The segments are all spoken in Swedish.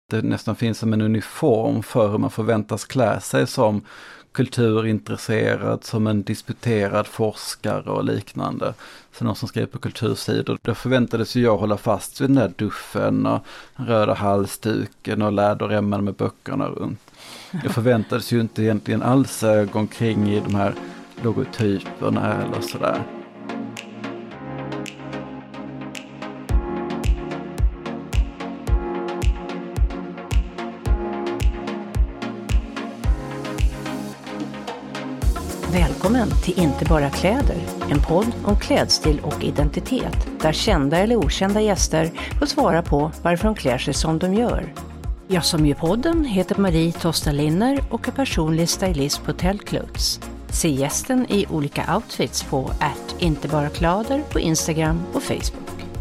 det nästan finns som en uniform för hur man förväntas klä sig som kulturintresserad, som en disputerad forskare och liknande. Så någon som skrev på kultursidor, då förväntades ju jag hålla fast vid den där duffen och röda halsduken och läderremmen med böckerna runt. Jag förväntades ju inte egentligen alls gå omkring i de här logotyperna eller sådär. Välkommen till Inte bara kläder, en podd om klädstil och identitet, där kända eller okända gäster får svara på varför de klär sig som de gör. Jag som gör podden heter Marie Tosta-Linner och är personlig stylist på Tellclothes. Se gästen i olika outfits på @intebaraklader på Instagram och Facebook.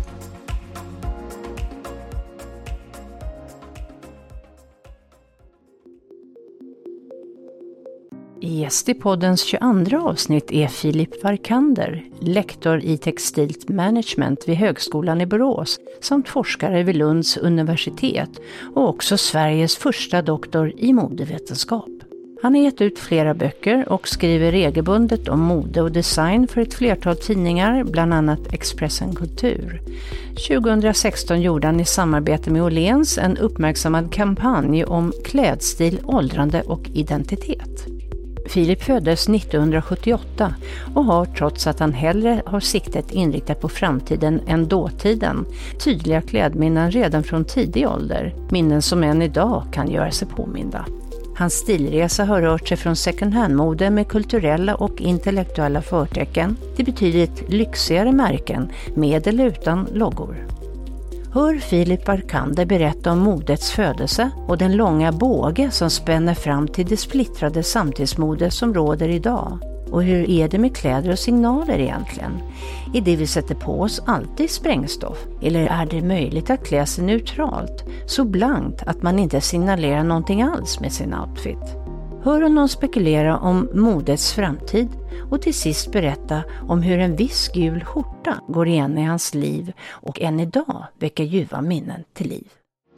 Gäst i poddens 22 avsnitt är Filip Varkander, lektor i textilt management vid Högskolan i Borås samt forskare vid Lunds universitet och också Sveriges första doktor i modevetenskap. Han har gett ut flera böcker och skriver regelbundet om mode och design för ett flertal tidningar, bland annat Expressen Kultur. 2016 gjorde han i samarbete med Åhléns en uppmärksammad kampanj om klädstil, åldrande och identitet. Filip föddes 1978 och har, trots att han hellre har siktet inriktat på framtiden än dåtiden, tydliga klädminnen redan från tidig ålder, minnen som än idag kan göra sig påminda. Hans stilresa har rört sig från second hand-mode med kulturella och intellektuella förtecken till betydligt lyxigare märken med eller utan loggor. Hör Filip Varkander berätta om modets födelse och den långa båge som spänner fram till det splittrade samtidsmode som råder idag. Och hur är det med kläder och signaler egentligen? Är det vi sätter på oss alltid sprängstoff? Eller är det möjligt att klä sig neutralt, så blankt att man inte signalerar någonting alls med sin outfit? Hör honom spekulera om modets framtid och till sist berätta om hur en viss gul skjorta går igen i hans liv och än idag väcker ljuva minnen till liv.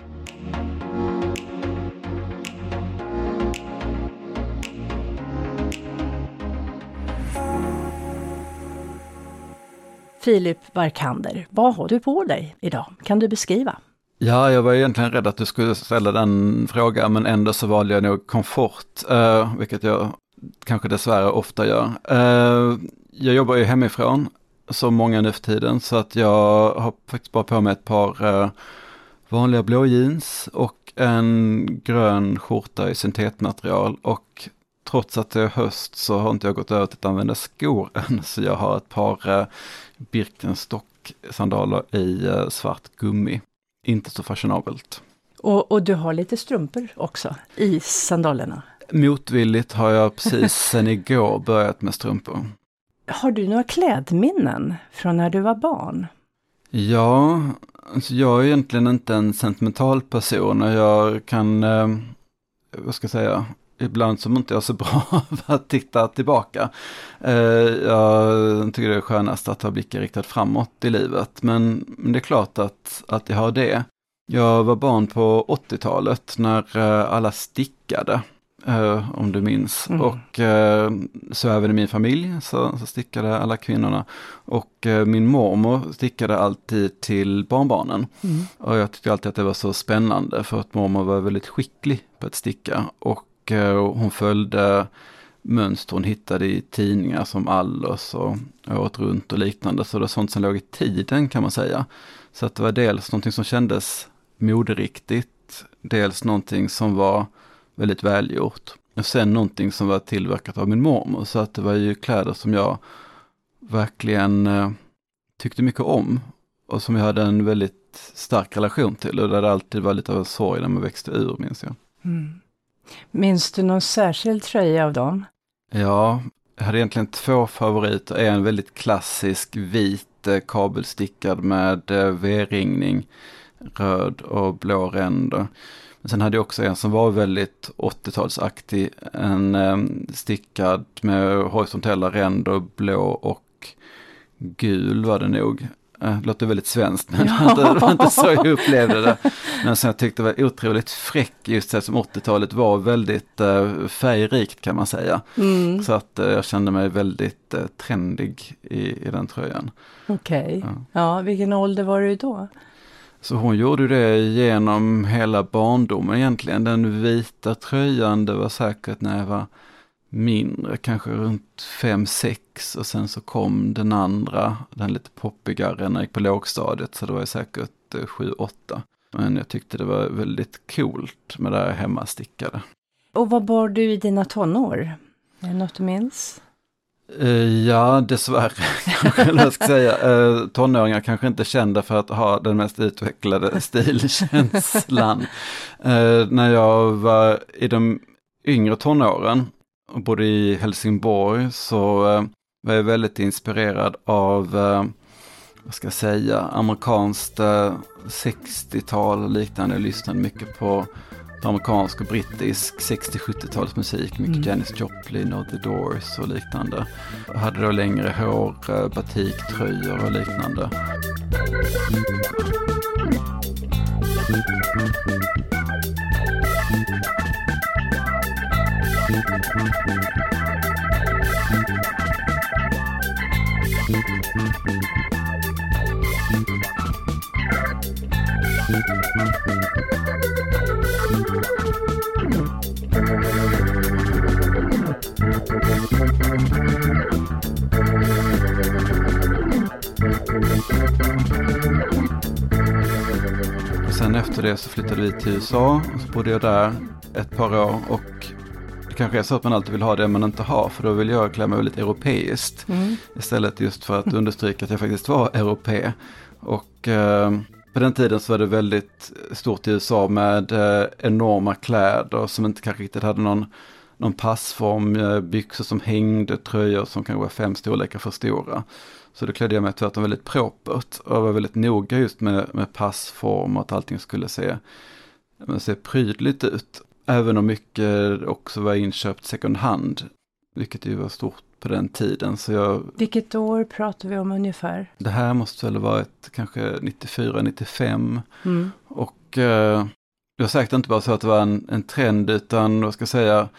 Filip Varkander, vad har du på dig idag? Kan du beskriva? Ja, jag var egentligen rädd att du skulle ställa den frågan, men ändå så valde jag nog komfort, vilket jag kanske dessvärre ofta gör. Jag jobbar ju hemifrån, så många nu för tiden, så att jag har faktiskt bara på mig ett par vanliga blå jeans och en grön skjorta i syntetmaterial, och trots att det är höst så har inte jag gått över till att använda skor än, så jag har ett par Birkenstock-sandaler i svart gummi. Inte så fashionabelt. Och du har lite strumpor också i sandalerna. Motvilligt har jag precis sen igår börjat med strumpor. Har du några klädminnen från när du var barn? Ja, alltså jag är egentligen inte en sentimental person, och jag kan, ibland som inte jag är så bra att titta tillbaka. Jag tycker det är skönast att ha blicken riktat framåt i livet, men det är klart att jag har det. Jag var barn på 80-talet när alla stickade, om du minns. Och så även i min familj så stickade alla kvinnorna. Och min mormor stickade alltid till barnbarnen. Och jag tyckte alltid att det var så spännande, för att mormor var väldigt skicklig på att sticka. Och hon följde mönster hon hittade i tidningar som Allers och Året runt och liknande. Så det var sånt som låg i tiden, kan man säga. Så att det var dels någonting som kändes moderiktigt, dels någonting som var väldigt välgjort, och sen någonting som var tillverkat av min mormor. Så att det var ju kläder som jag verkligen tyckte mycket om, och som jag hade en väldigt stark relation till, och där det alltid var lite av en sorg när man växte ur, minns jag. Minns du någon särskild tröja av dem? Ja, jag hade egentligen två favoriter. En väldigt klassisk vit kabelstickad med V-ringning, röd och blå ränder. Men sen hade jag också en som var väldigt 80-talsaktig, en stickad med horisontella ränder, blå och gul var det nog. Det låter väldigt svenskt, men det var inte så jag upplevde det. Men sen jag tyckte det var otroligt fräck, just det som 80-talet var väldigt färgrikt kan man säga. Så att jag kände mig väldigt trendig i den tröjan. Okej. Ja, vilken ålder var du då? Så hon gjorde det genom hela barndomen egentligen. Den vita tröjan, det var säkert när jag var mindre, kanske runt 5-6, och sen så kom den andra, den lite poppigare när jag gick på lågstadiet, så det var säkert 7-8. Men jag tyckte det var väldigt coolt med det här hemmastickade. Och vad bar du i dina tonår? Är det något du minns? Ja, dessvärre kanske jag ska säga. Tonåringar kanske inte kända för att ha den mest utvecklade stilkänslan. När jag var i de yngre tonåren och bodde i Helsingborg, så var jag väldigt inspirerad av amerikanskt 60-tal och liknande. Jag lyssnade mycket på amerikansk och brittisk 60-70-talsmusik, mycket Janis Joplin och The Doors och liknande. Jag hade då längre hår, batiktröjor och liknande. Och sen efter det så flyttade vi till USA och så bodde jag där ett par år, och det kanske är så att man alltid vill ha det man inte har, för då vill jag klä mig väldigt europeiskt istället, just för att understryka att jag faktiskt var europé. Och på den tiden så var det väldigt stort i USA med enorma kläder som inte kanske riktigt hade någon passform, byxor som hängde, tröjor som kanske var 5 storlekar för stora. Så då klädde jag mig tvärtom väldigt propert och var väldigt noga just med passform och att allting skulle se prydligt ut. Även om mycket också var inköpt second hand, vilket ju var stort på den tiden. Så Vilket år pratar vi om ungefär? Det här måste väl vara kanske 94-95. Och jag har säkert inte bara så att det var en trend, utan vad ska jag säga,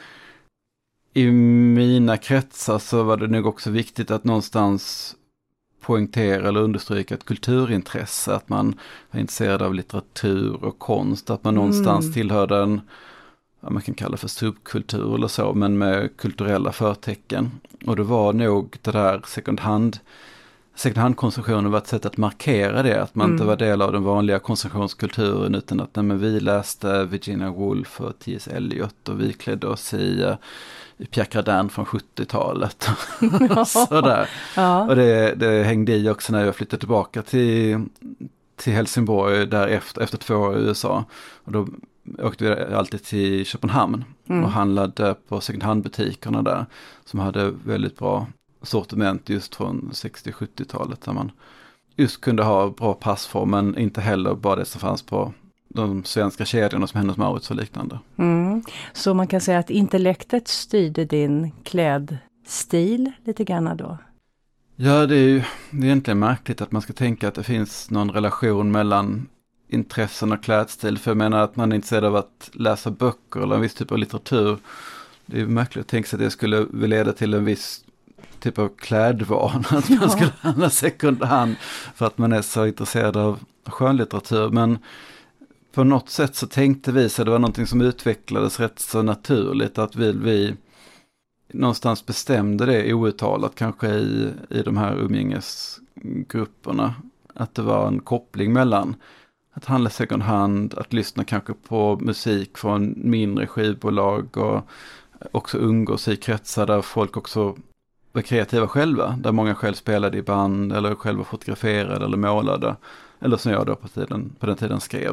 i mina kretsar så var det nog också viktigt att någonstans poängtera eller understryka ett kulturintresse, att man var intresserad av litteratur och konst, att man någonstans tillhörde en, man kan kalla för subkultur eller så, men med kulturella förtecken. Och det var nog det där second hand-konsumtionen var ett sätt att markera det, att man inte var del av den vanliga konsumtionskulturen, utan att vi läste Virginia Woolf och T.S. Eliot och vi klädde oss i Pierre Cardin från 70-talet. Sådär. Ja. Och det hängde i också när jag flyttade tillbaka till Helsingborg där efter 2 år i USA. Och då åkte vi alltid till Köpenhamn och handlade på second hand-butikerna där, som hade väldigt bra sortiment just från 60-70-talet, där man just kunde ha bra passform, men inte heller bara det som fanns på de svenska kedjorna som Hennes Mauritz och liknande. Så man kan säga att intellektet styrde din klädstil lite grann då? Ja, det är egentligen märkligt att man ska tänka att det finns någon relation mellan intressen och klädstil. För jag menar att man är intresserad av att läsa böcker eller en viss typ av litteratur. Det är märkligt att tänka sig att det skulle leda till en viss typ av klädvan. Att man skulle handla second hand för att man är så intresserad av skönlitteratur. Men på något sätt så tänkte vi så det var någonting som utvecklades rätt så naturligt, att vi någonstans bestämde det outtalat kanske i de här umgängesgrupperna, att det var en koppling mellan att handla second hand, att lyssna kanske på musik från mindre skivbolag och också umgås i kretsar där folk också var kreativa själva, där många själv spelade i band eller själva fotograferade eller målade, eller som jag då på den tiden skrev.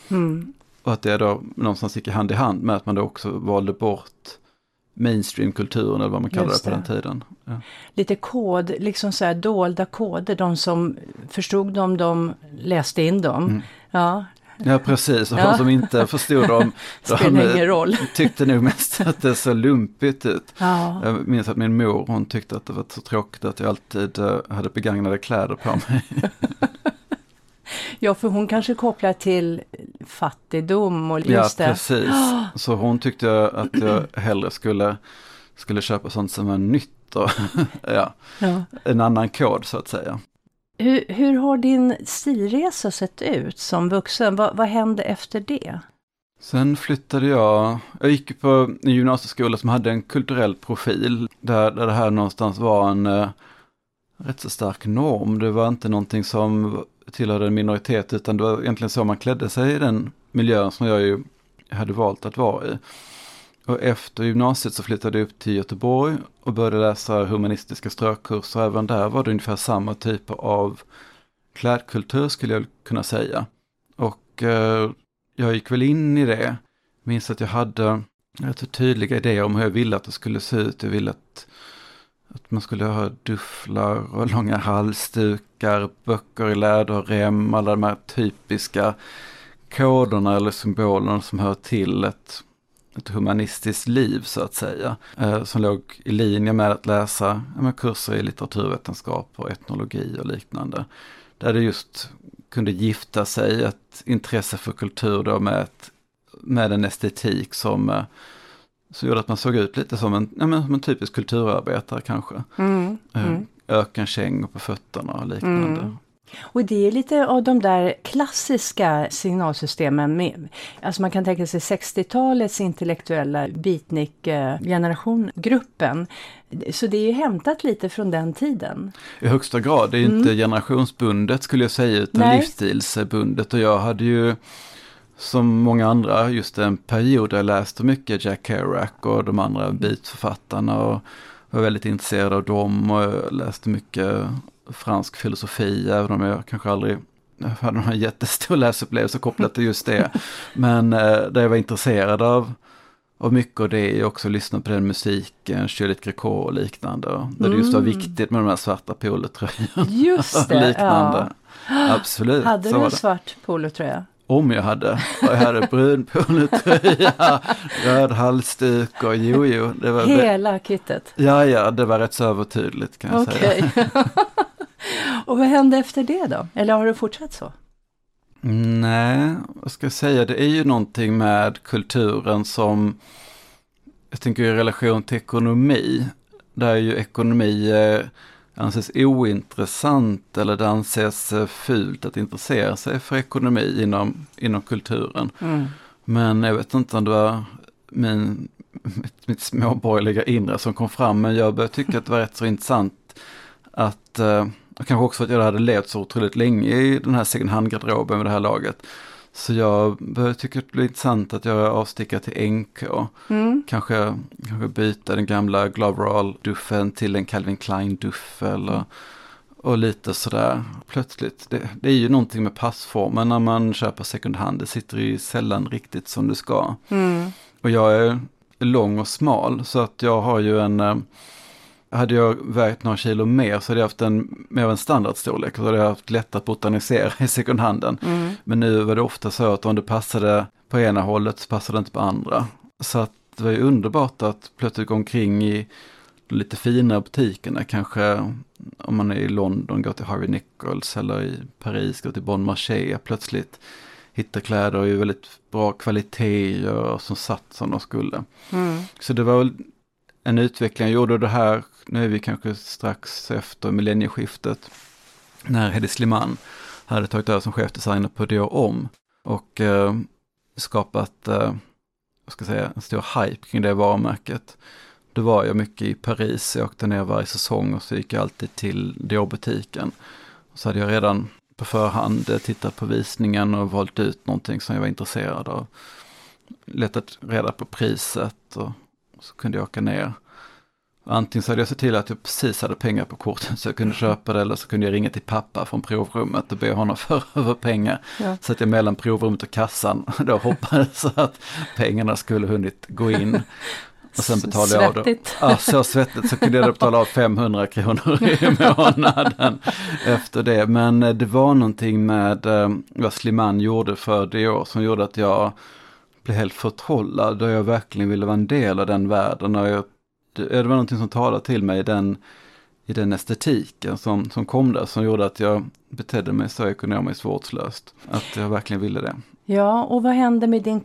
Och att det då någonstans gick hand i hand med att man då också valde bort mainstream-kulturen eller vad man kallade det på den tiden. Ja. Lite kod, liksom så här dolda koder, de som förstod dem, de läste in dem. Ja, Ja, precis. Och de som inte förstod dem, spelar ingen roll. Tyckte nog mest att det så lumpigt ut. Ja. Jag minns att min mor, hon tyckte att det var så tråkigt att jag alltid hade begagnade kläder på mig. Ja, för hon kanske kopplar till fattigdom och just det. Ja, precis. Så hon tyckte att jag hellre skulle köpa sånt som var nytt och ja, en annan kod så att säga. Hur har din stilresa sett ut som vuxen? Vad hände efter det? Sen flyttade jag gick på en gymnasieskola som hade en kulturell profil där det här någonstans var en rätt så stark norm. Det var inte någonting som tillhörde en minoritet utan det var egentligen så man klädde sig i den miljön som jag ju hade valt att vara i. Och efter gymnasiet så flyttade jag upp till Göteborg och började läsa humanistiska strökurser. Även där var det ungefär samma typ av klädkultur skulle jag kunna säga. Och jag gick väl in i det. Minns att jag hade rätt tydliga idéer om hur jag ville att det skulle se ut. Jag ville att man skulle ha dufflar och långa halsdukar, böcker i läderrem, alla de här typiska koderna eller symbolerna som hör till ett humanistiskt liv så att säga. Som låg i linje med att läsa kurser i litteraturvetenskap och etnologi och liknande. Där det just kunde gifta sig ett intresse för kultur då med en estetik som gjorde att man såg ut lite som en typisk kulturarbetare kanske. Ökenkängor på fötterna och liknande. Och det är lite av de där klassiska signalsystemen. Alltså man kan tänka sig 60-talets intellektuella beatnik-generationgruppen. Så det är ju hämtat lite från den tiden. I högsta grad. Det är inte generationsbundet skulle jag säga utan livsstilsbundet. Och jag hade ju som många andra just en period där jag läste mycket Jack Kerouac och de andra beatförfattarna och var väldigt intresserad av dem och jag läste mycket fransk filosofi, även om jag kanske aldrig hade någon jättestor läsupplevelse kopplat till just det. Men där jag var intresserad av mycket av det är också att lyssna på den musiken, Juliette Gréco och liknande. Där det just var viktigt med de här svarta polotröjorna. Just det, liknande. Ja. Absolut. Hade du en svart polotröja? Om jag hade. Och jag hade brun polotröja, röd halsduk och jo. Det var hela kittet? Ja, det var rätt så övertydligt kan jag säga. Och vad hände efter det då? Eller har du fortsatt så? Nej, vad ska jag säga? Det är ju någonting med kulturen som jag tänker i relation till ekonomi. Där ju ekonomi anses ointressant eller det anses fult att intressera sig för ekonomi inom kulturen. Men jag vet inte om det var mitt småborgerliga inre som kom fram, men jag började tycka att det var rätt så intressant att kanske också att jag hade levt så otroligt länge i den här second hand-garderoben med det här laget. Så jag började tycka att det blev intressant att göra avsticka till NK. Kanske byta den gamla Gloverall-duffen till en Calvin Klein-duff och lite sådär. Plötsligt, det är ju någonting med passformen när man köper second hand. Det sitter ju sällan riktigt som det ska. Och jag är lång och smal så att jag har ju hade jag vägt några kilo mer så hade jag haft mer av en standardstorlek och så hade jag haft lätt att botanisera i secondhanden. Men nu var det ofta så att om det passade på ena hållet så passade det inte på andra. Så att det var ju underbart att plötsligt gå omkring i lite finare butikerna. Kanske om man är i London går till Harvey Nichols eller i Paris går till Bon Marché. Plötsligt hitta kläder i väldigt bra kvalitet och som satt som de skulle. Så det var väl en utveckling jag gjorde det här, nu är vi kanske strax efter millennieskiftet, när Hedi Slimane hade tagit över som chefdesigner på Dior Homme och skapat en stor hype kring det varumärket. Då var jag mycket i Paris, jag åkte ner varje säsong och så gick jag alltid till Dior-butiken. Så hade jag redan på förhand tittat på visningen och valt ut någonting som jag var intresserad av. Letat reda på priset och så kunde jag åka ner. Antingen så hade jag sett till att jag precis hade pengar på kortet så jag kunde köpa det eller så kunde jag ringa till pappa från provrummet och be honom föra över pengar. Ja. Så att jag mellan provrummet och kassan då hoppades att pengarna skulle hunnit gå in. Och sen betalade jag svettigt. Ja, så svettigt, så kunde jag betala av 500 kronor i månaden efter det. Men det var någonting med vad Slimane gjorde för det år som gjorde att jag blev helt förtrollad och jag verkligen ville vara en del av den världen. Och det var någonting som talade till mig i den estetiken som kom där, som gjorde att jag betedde mig så ekonomiskt vårdslöst. Att jag verkligen ville det. Ja, och vad hände med din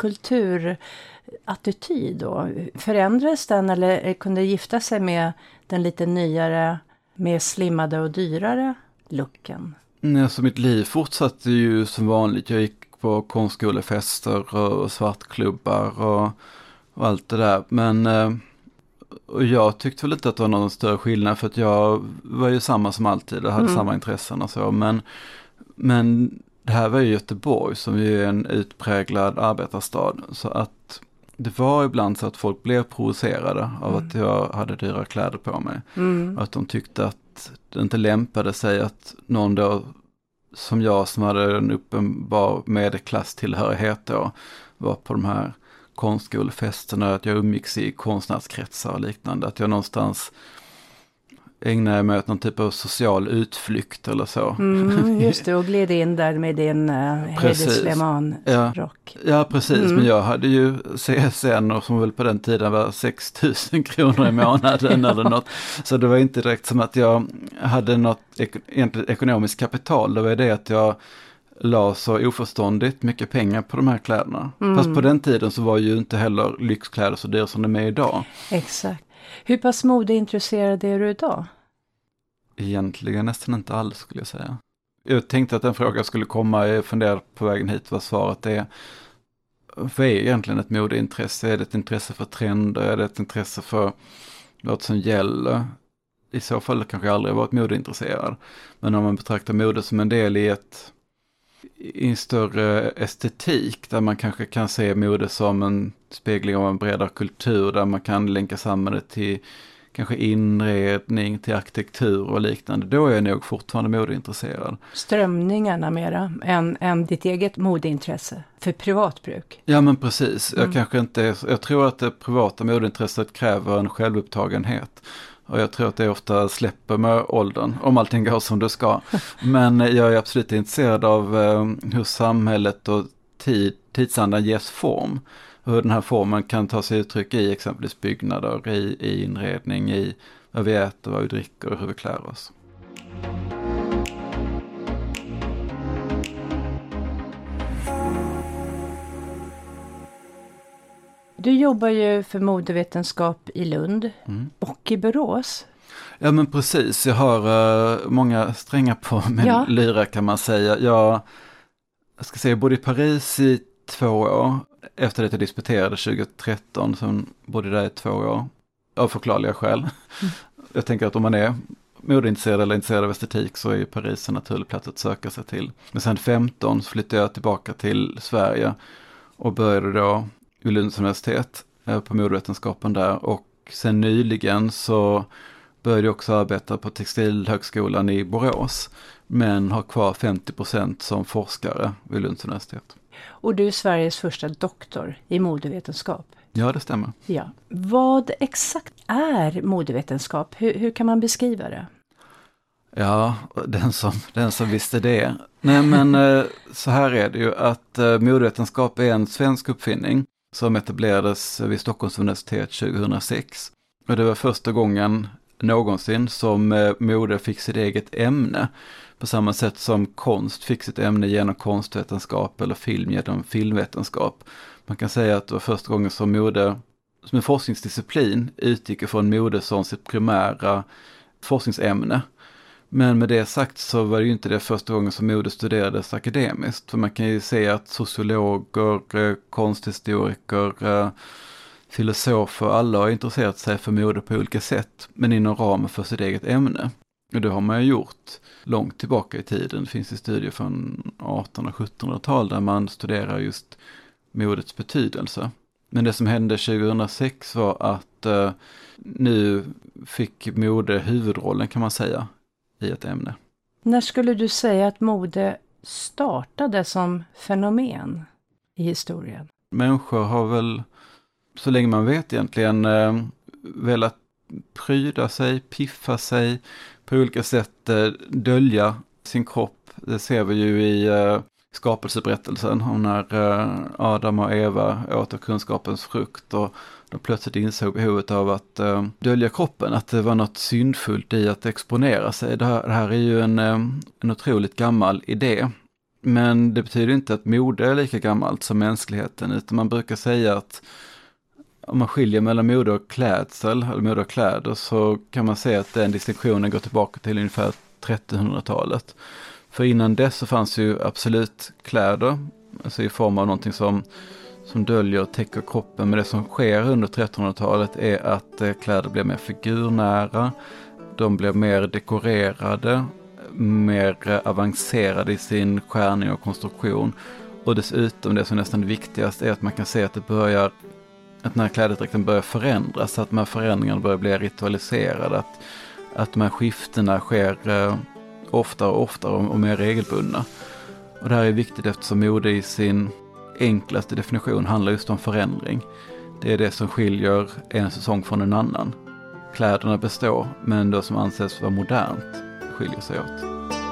kulturattityd då? Förändrades den eller kunde gifta sig med den lite nyare, mer slimmade och dyrare looken? Så mitt liv fortsatte ju som vanligt. Jag gick på konstskolefester och svartklubbar och allt det där. Men och jag tyckte väl inte att det var någon större skillnad, för att jag var ju samma som alltid och hade samma intressen och så. Men det här var ju Göteborg som ju är en utpräglad arbetarstad, så att det var ibland så att folk blev provocerade av att jag hade dyra kläder på mig. Och att de tyckte att det inte lämpade sig att någon då som jag, som hade en uppenbar medelklasstillhörighet då, var på de här konstskolefesterna, att jag umgicks i konstnärskretsar och liknande, att jag någonstans ägnade mig åt någon typ av social utflykt eller så. Just det, och gled in där med din Hedi Slimane-rock. Ja, precis. Men jag hade ju CSN och som väl på den tiden var 6 000 kronor i månaden eller något. Så det var inte direkt som att jag hade något ekonomiskt kapital. Det var det att jag la så oförståndigt mycket pengar på de här kläderna. Fast på den tiden så var ju inte heller lyxkläder så dyrt som de är idag. Exakt. Hur pass modeintresserad är du idag? Egentligen nästan inte alls, skulle jag säga. Jag tänkte att den frågan skulle komma, jag funderade på vägen hit vad svaret är. Vad är egentligen ett modeintresse? Är det ett intresse för trender? Är det ett intresse för vad som gäller? I så fall kanske jag aldrig varit modeintresserad. Men om man betraktar mode som en del i en större estetik, där man kanske kan se mode som en spegling av en bredare kultur, där man kan länka samman det till kanske inredning, till arkitektur och liknande, då är jag nog fortfarande modeintresserad. Strömningarna mera än ditt eget modeintresse för privatbruk. Ja, men precis. Jag tror att det privata modeintresset kräver en självupptagenhet. Och jag tror att det ofta släpper med åldern, om allting går som det ska. Men jag är absolut intresserad av hur samhället och tidsandan ges form. Hur den här formen kan ta sig uttryck i exempelvis byggnader, i inredning, i vad vi äter, vad vi dricker och hur vi klär oss. Du jobbar ju för modevetenskap i Lund och i Borås. Ja, men precis. Jag har många strängar på min lyra, kan man säga. Jag ska säga, jag bodde i Paris i 2 år. Efter att jag disputerade 2013, så bodde där i 2 år. Av förklarliga skäl. Jag tänker att om man är modeintresserad eller intresserad av estetik så är ju Paris en naturlig plats att söka sig till. Men sen 15 så flyttade jag tillbaka till Sverige och började då vid Lunds universitet på modevetenskapen där, och sen nyligen så började jag också arbeta på Textilhögskolan i Borås, men har kvar 50% som forskare vid Lunds universitet. Och du är Sveriges första doktor i modevetenskap. Ja, det stämmer. Ja. Vad exakt är modevetenskap? Hur kan man beskriva det? Ja, den som visste det. Nej, men så här är det ju att modevetenskap är en svensk uppfinning som etablerades vid Stockholms universitet 2006. Och det var första gången någonsin som mode fick sitt eget ämne. På samma sätt som konst fick sitt ämne genom konstvetenskap eller film genom filmvetenskap. Man kan säga att det var första gången som mode som en forskningsdisciplin utgick från mode som sitt primära forskningsämne. Men med det sagt så var det ju inte det första gången som mode studerades akademiskt. För man kan ju se att sociologer, konsthistoriker, filosofer, alla har intresserat sig för mode på olika sätt, men inom ramen för sitt eget ämne. Och det har man ju gjort långt tillbaka i tiden. Det finns ju studier från 1800- och 1700-tal där man studerar just modets betydelse. Men det som hände 2006 var att nu fick mode huvudrollen, kan man säga, i ett ämne. När skulle du säga att mode startade som fenomen i historien? Människor har väl så länge man vet egentligen velat pryda sig, piffa sig, på olika sätt dölja sin kropp. Det ser vi ju i skapelseberättelsen om när Adam och Eva åt av kunskapens frukt och de plötsligt insåg behovet av att dölja kroppen, att det var något syndfullt i att exponera sig. Det här är ju en otroligt gammal idé. Men det betyder inte att mode är lika gammalt som mänskligheten, utan man brukar säga att om man skiljer mellan mode och klädsel, eller mode och kläder, så kan man säga att den distinktionen går tillbaka till ungefär 1300-talet. För innan dess så fanns ju absolut kläder, alltså i form av någonting som döljer och täcker kroppen. Men det som sker under 1300-talet är att kläder blir mer figurnära, de blir mer dekorerade, mer avancerade i sin skärning och konstruktion. Och dessutom det som nästan är viktigast är att man kan se att att den här klädedräkten börjar förändras, att de här förändringarna börjar bli ritualiserade, att de här skiftena sker oftare och oftare och mer regelbundna. Och det här är viktigt eftersom mode i sin enklaste definition handlar just om förändring. Det är det som skiljer en säsong från en annan. Kläderna består, men det som anses vara modernt skiljer sig åt.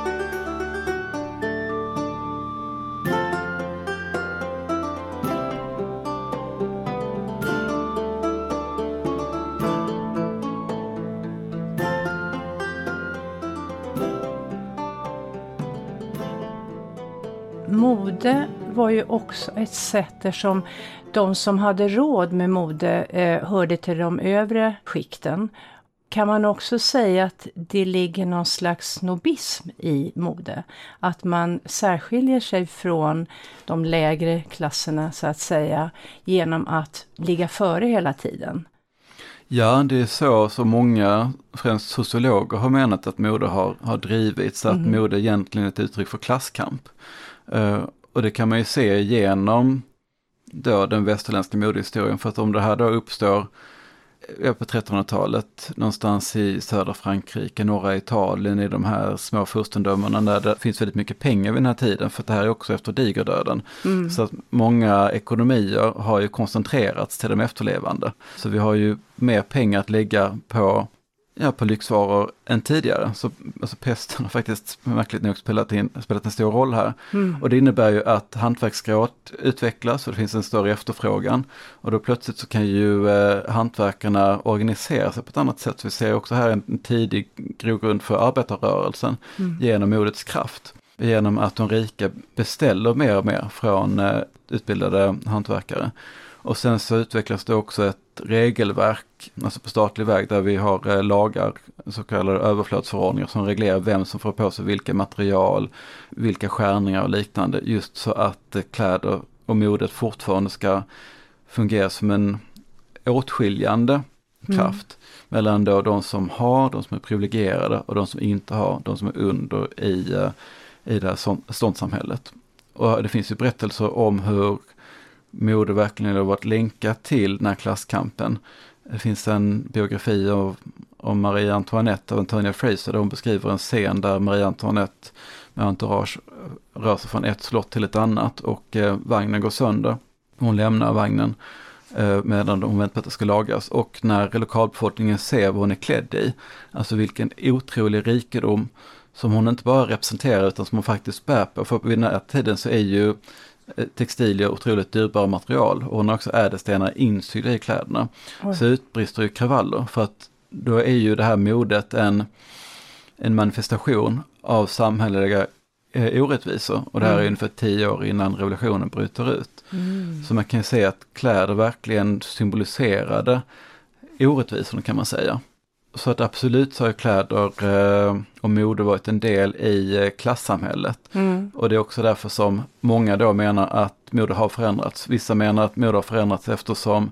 Mode var ju också ett sätt som de som hade råd med mode hörde till de övre skikten. Kan man också säga att det ligger någon slags snobism i mode? Att man särskiljer sig från de lägre klasserna så att säga genom att ligga före hela tiden? Ja, det är så många, främst sociologer, har menat att mode har drivits, att mode egentligen är ett uttryck för klasskamp. Och det kan man ju se genom då den västerländska modehistorien, för att om det här då uppstår på 1300-talet någonstans i södra Frankrike, norra Italien, i de här små furstendömena där det finns väldigt mycket pengar vid den här tiden, för att det här är också efter digerdöden. Så att många ekonomier har ju koncentrerats till de efterlevande. Så vi har ju mer pengar att lägga på lyxvaror än tidigare. Så alltså pesten har faktiskt märkligt nog spelat en stor roll här. Och det innebär ju att hantverksgråt utvecklas och det finns en större efterfrågan. Och då plötsligt så kan ju hantverkarna organisera sig på ett annat sätt. Så vi ser också här en tidig grogrund för arbetarrörelsen genom modets kraft. Genom att de rika beställer mer och mer från utbildade hantverkare. Och sen så utvecklas det också ett regelverk, alltså på statlig väg, där vi har lagar, så kallade överflödsförordningar, som reglerar vem som får på sig vilka material, vilka skärningar och liknande, just så att kläder och modet fortfarande ska fungera som en åtskiljande kraft mellan då de som har, de som är privilegierade, och de som inte har, de som är under i det här ståndssamhället. Och det finns ju berättelser om hur mode verkligen har varit länkat till den här klasskampen. Det finns en biografi om Marie Antoinette av Antonia Fraser, där hon beskriver en scen där Marie Antoinette med entourage rör sig från ett slott till ett annat och vagnen går sönder. Hon lämnar vagnen medan hon väntar på att det ska lagas, och när lokalbefolkningen ser vad hon är klädd i, alltså vilken otrolig rikedom som hon inte bara representerar utan som hon faktiskt bär på. För vid den här tiden så är ju textilier otroligt dyrbara material, och hon har också ädelstenar insydda i kläderna. Så utbrister ju kravaller, för att då är ju det här modet en manifestation av samhälleliga orättvisor, och det här är ungefär 10 år innan revolutionen bryter ut. Så man kan ju säga att kläder verkligen symboliserade orättvisorna, kan man säga. Så att absolut så har kläder och mode varit en del i klassamhället. Och det är också därför som många då menar att mode har förändrats. Vissa menar att mode har förändrats eftersom,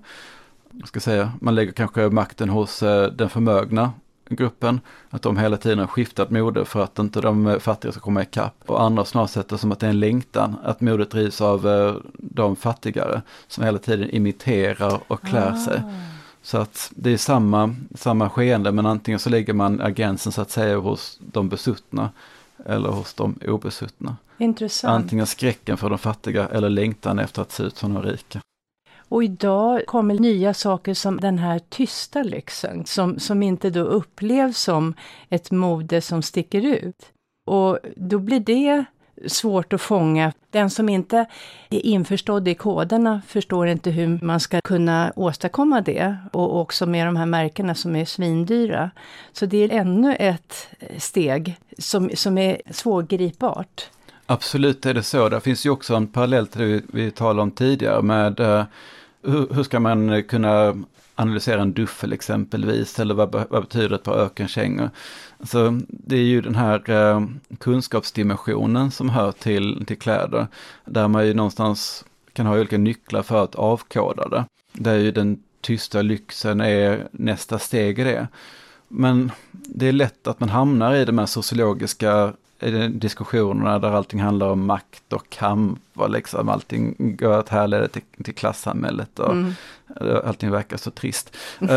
man lägger kanske makten hos den förmögna gruppen, att de hela tiden har skiftat mode för att inte de fattiga ska komma ikapp. Och andra snarare sätter som att det är en längtan, att modet drivs av de fattigare som hela tiden imiterar och klär sig. Så att det är samma skeende, men antingen så lägger man agensen så att säga hos de besuttna eller hos de obesuttna. Intressant. Antingen skräcken för de fattiga eller längtan efter att se ut som de rika. Och idag kommer nya saker som den här tysta lyxen som inte då upplevs som ett mode som sticker ut. Och då blir det svårt att fånga. Den som inte är införstådd i koderna förstår inte hur man ska kunna åstadkomma det. Och också med de här märkena som är svindyra. Så det är ännu ett steg som är svårgripbart. Absolut är det så. Det finns ju också en parallell till det vi talade om tidigare med hur ska man kunna analysera en duffel exempelvis, eller vad betyder ett par ökenkängor. Alltså, det är ju den här kunskapsdimensionen som hör till kläder, där man ju någonstans kan ha olika nycklar för att avkoda det. Där ju den tysta lyxen är nästa steg i det. Men det är lätt att man hamnar i de här sociologiska diskussionerna där allting handlar om makt och kamp och liksom allting går att härleda till klassamhället och allting verkar så trist.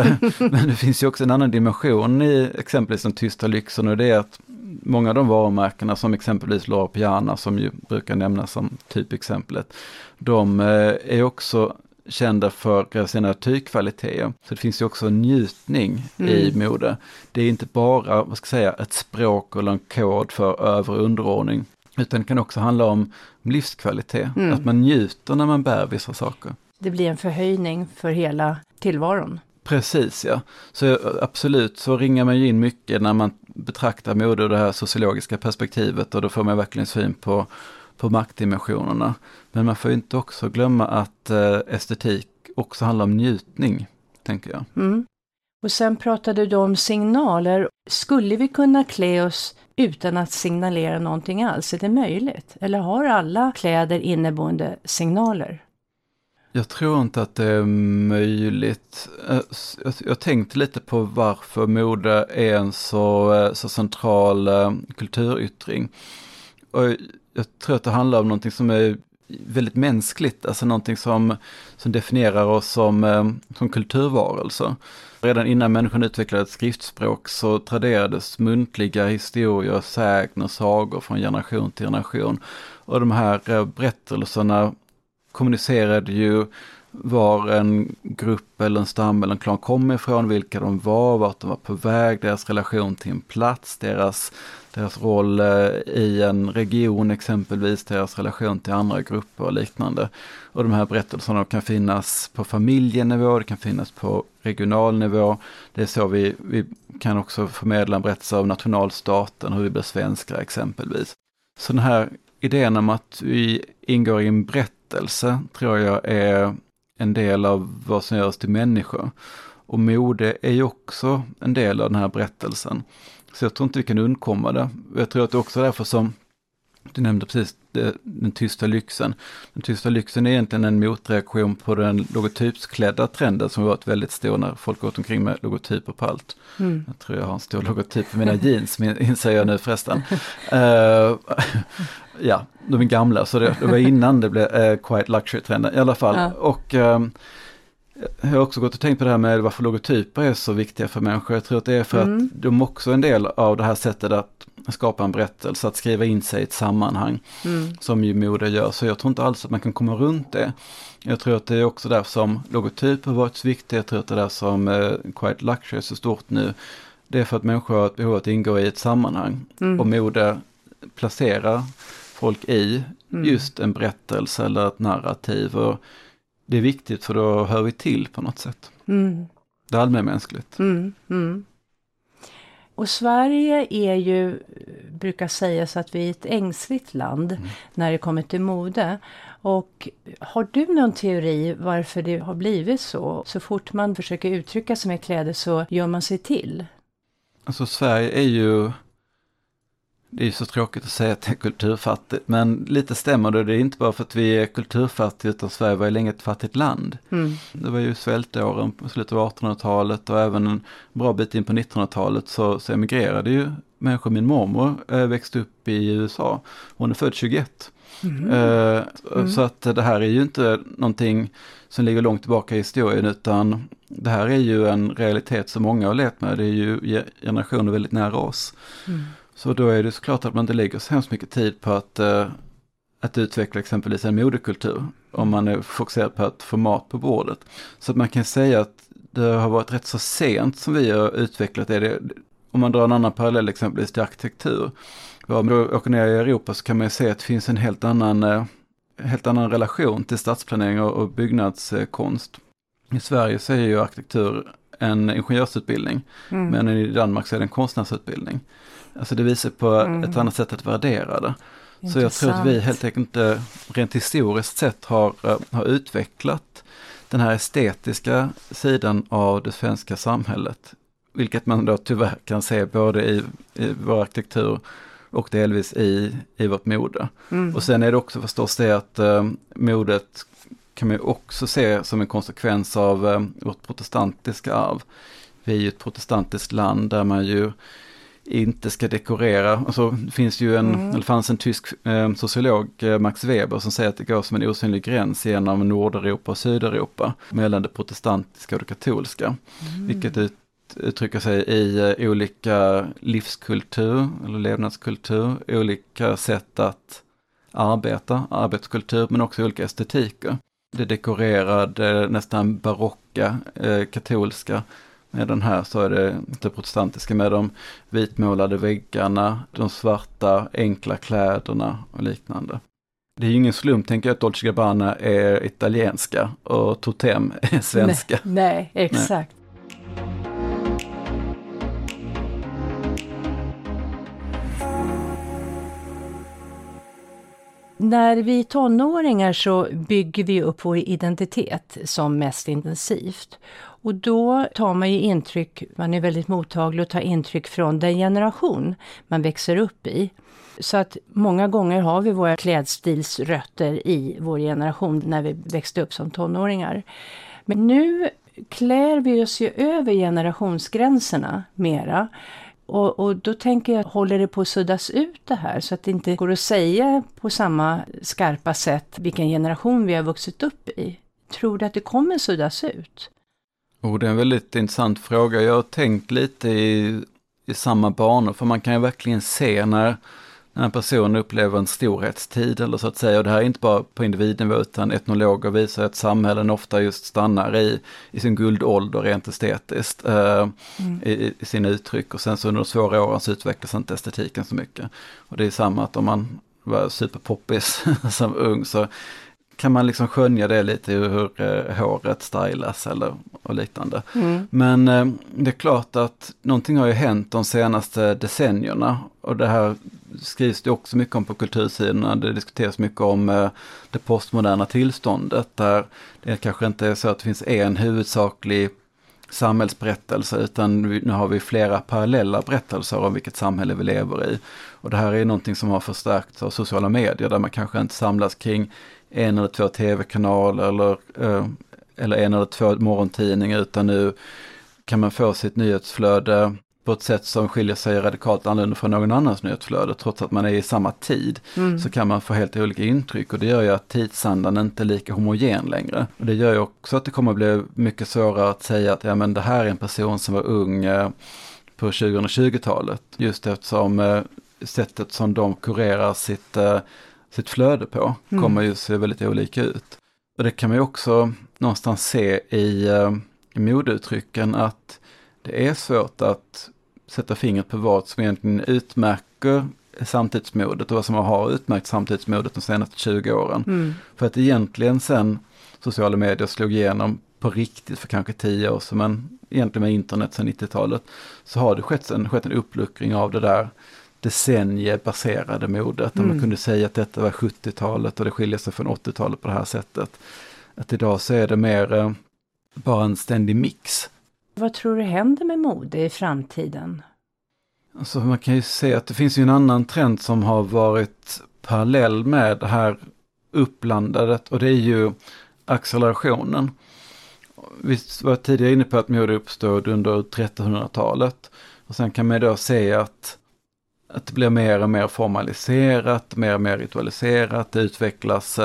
Men det finns ju också en annan dimension i exempelvis den tysta lyxen, och det är att många av de varumärkena som exempelvis Loro Piana, som ju brukar nämnas som typexemplet, de är också kända för sina tygkvaliteter. Så det finns ju också en njutning i mode. Det är inte bara, ett språk eller en kod för över- och underordning, utan det kan också handla om livskvalitet. Att man njuter när man bär vissa saker. Det blir en förhöjning för hela tillvaron. Precis, ja. Så absolut, så ringar man ju in mycket när man betraktar mode ur det här sociologiska perspektivet, och då får man verkligen syn på maktdimensionerna. Men man får ju inte också glömma att estetik också handlar om njutning, tänker jag. Och sen pratade du om signaler. Skulle vi kunna klä oss utan att signalera någonting alls? Är det möjligt? Eller har alla kläder inneboende signaler? Jag tror inte att det är möjligt. Jag tänkte lite på varför mode är en så central kulturyttring. Och jag tror att det handlar om någonting som är väldigt mänskligt, alltså någonting som definierar oss som kulturvarelser. Redan innan människan utvecklade ett skriftspråk så traderades muntliga historier, sägner, sagor från generation till generation. Och de här berättelserna kommunicerade ju var en grupp eller en stam eller en klan kom ifrån, vilka de var, vart de var på väg, deras relation till en plats, deras roll i en region exempelvis, deras relation till andra grupper och liknande. Och de här berättelserna kan finnas på familjenivå, det kan finnas på regional nivå. Det är så vi kan också förmedla en berättelse av nationalstaten, hur vi blir svenskar exempelvis. Så den här idén om att vi ingår i en berättelse tror jag är en del av vad som gör oss till människor. Och mode är ju också en del av den här berättelsen. Så jag tror inte vi kan undkomma det. Jag tror att det också är därför som du nämnde precis den tysta lyxen. Den tysta lyxen är egentligen en motreaktion på den logotypsklädda trenden som har varit väldigt stor när folk gått omkring med logotyper på allt. Jag tror jag har en stor logotyp på mina jeans, inser jag nu förresten. Ja, de är gamla, så det var innan det blev quiet luxury-trenden i alla fall. Ja. Och jag har också gått och tänkt på det här med varför logotyper är så viktiga för människor. Jag tror att det är för att de också är en del av det här sättet att skapa en berättelse, att skriva in sig i ett sammanhang som ju mode gör. Så jag tror inte alls att man kan komma runt det. Jag tror att det är också där som logotyper har varit så viktiga. Jag tror att det är där som quiet luxury är så stort nu. Det är för att människor har ett behov att ingå i ett sammanhang. Och mode placerar folk i just en berättelse eller ett narrativ. Och det är viktigt för då hör vi till på något sätt. Det är allmänmänskligt. Och Sverige är ju, brukar sägas att vi är ett ängsligt land när det kommer till mode. Och har du någon teori varför det har blivit så? Så fort man försöker uttrycka sig med kläder så gör man sig till. Alltså Sverige är ju, det är ju så tråkigt att säga att det är kulturfattigt, men lite stämmer det. Det är inte bara för att vi är kulturfattiga, utan Sverige var ju länge ett fattigt land. Det var ju svältåren på slutet av 1800-talet och även en bra bit in på 1900-talet så emigrerade ju människor. Min mormor växte upp i USA. Hon är född 21. Så att det här är ju inte någonting som ligger långt tillbaka i historien, utan det här är ju en realitet som många har levt med. Det är ju generationer väldigt nära oss. Så då är det såklart att man inte lägger så hemskt mycket tid på att att utveckla exempelvis en modekultur om man är fokuserad på att få mat på bordet. Så att man kan säga att det har varit rätt så sent som vi har utvecklat det. Om man drar en annan parallell exempelvis till arkitektur. Om man då åker ner i Europa så kan man ju se att det finns en helt annan relation till stadsplanering och byggnadskonst. I Sverige så är ju arkitektur en ingenjörsutbildning, men i Danmark så är det en konstnärsutbildning. Alltså det visar på ett annat sätt att värdera det. Så jag tror att vi helt enkelt rent historiskt sett har utvecklat den här estetiska sidan av det svenska samhället. Vilket man då tyvärr kan se både i vår arkitektur och delvis i vårt mode. Och sen är det också förstås det att modet kan man ju också se som en konsekvens av vårt protestantiska arv. Vi är ju ett protestantiskt land där man ju inte ska dekorera. Alltså, det finns ju det fanns en tysk sociolog, Max Weber, som säger att det går som en osynlig gräns genom Nordeuropa och Sydeuropa mellan det protestantiska och det katolska. Vilket uttrycker sig i olika livskultur eller levnadskultur, olika sätt att arbetskultur, men också olika estetiker. Det dekorerade, nästan barocka, katolska. Med den här så är det protestantiska med de vitmålade väggarna, de svarta enkla kläderna och liknande. Det är ju ingen slump, tänker jag, att Dolce & Gabbana är italienska och Totem är svenska. Nej, exakt. Nej. När vi är tonåringar så bygger vi upp vår identitet som mest intensivt. Och då tar man ju intryck, man är väldigt mottaglig och tar intryck från den generation man växer upp i. Så att många gånger har vi våra klädstilsrötter i vår generation när vi växte upp som tonåringar. Men nu klär vi oss ju över generationsgränserna mera. Och då tänker jag, håller det på att suddas ut det här så att det inte går att säga på samma skarpa sätt vilken generation vi har vuxit upp i? Tror du att det kommer suddas ut? Det är en väldigt intressant fråga. Jag har tänkt lite i samma banor, för man kan ju verkligen se när en person upplever en storhetstid eller så att säga, och det här är inte bara på individnivå utan etnologer visar att samhällen ofta just stannar i sin guldålder rent estetiskt i sina uttryck, och sen så under de svåra åren så utvecklas inte estetiken så mycket. Och det är samma att om man var superpoppis som ung så kan man liksom skönja det lite i hur håret stylas och liknande. Men det är klart att någonting har ju hänt de senaste decennierna, och det här skrivs det också mycket om på kultursidorna. Det diskuteras mycket om det postmoderna tillståndet, där det kanske inte är så att det finns en huvudsaklig samhällsberättelse, utan nu har vi flera parallella berättelser om vilket samhälle vi lever i. Och det här är någonting som har förstärkts av sociala medier, där man kanske inte samlas kring en eller två tv-kanaler eller en eller två morgontidningar, utan nu kan man få sitt nyhetsflöde på ett sätt som skiljer sig radikalt annorlunda från någon annans nyhetsflöde. Trots att man är i samma tid så kan man få helt olika intryck, och det gör ju att tidsandan inte är lika homogen längre. Och det gör ju också att det kommer att bli mycket svårare att säga att ja, men det här är en person som var ung på 2020-talet. Just eftersom sättet som de kurerar sitt flöde på kommer ju se väldigt olika ut. Och det kan man ju också någonstans se i modeuttrycken, att det är svårt att sätta fingret på vad som egentligen utmärker samtidsmodet och vad som har utmärkt samtidsmodet de senaste 20 åren. För att egentligen sen sociala medier slog igenom på riktigt för kanske 10 år sedan, men egentligen med internet sedan 90-talet, så har det skett en uppluckring av det där decenniebaserade modet. Där man kunde säga att detta var 70-talet och det skiljer sig från 80-talet på det här sättet. Att idag så är det mer bara en ständig mix. Vad tror du händer med mode i framtiden? Alltså man kan ju se att det finns ju en annan trend som har varit parallell med det här uppblandandet, och det är ju accelerationen. Vi var tidigare inne på att mode uppstod under 1300-talet, och sen kan man då se att det blir mer och mer formaliserat, mer och mer ritualiserat, det utvecklas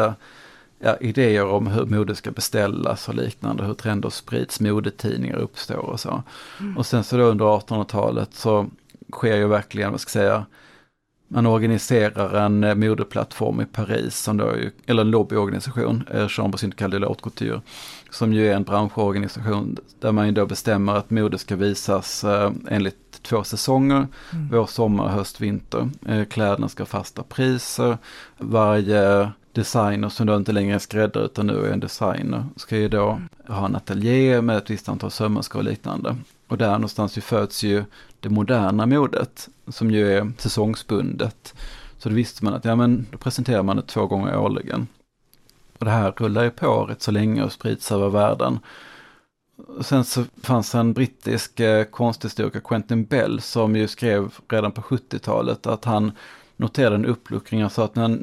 idéer om hur mode ska beställas och liknande, hur trender sprids, modetidningar uppstår och så. Och sen så då under 1800-talet så sker ju verkligen, vad ska jag säga, Man organiserar en modeplattform i Paris, som då är, eller en lobbyorganisation, Chambre Syndicale de la Haute Couture, som ju är en branschorganisation där man ju då bestämmer att mode ska visas enligt 2 säsonger, vår, sommar, höst, vinter. Kläderna ska ha fasta priser. Varje designer som då inte längre är skräddare utan nu är en designer ska ju då ha en ateljé med ett visst antal sömmerskor och liknande. Och där någonstans ju föds ju det moderna modet som ju är säsongsbundet. Så då visste man att då presenterar man det 2 gånger årligen. Och det här rullar ju på rätt så länge och sprids över världen. Och sen så fanns en brittisk konsthistoriker, Quentin Bell, som ju skrev redan på 70-talet att han noterade en uppluckring och sa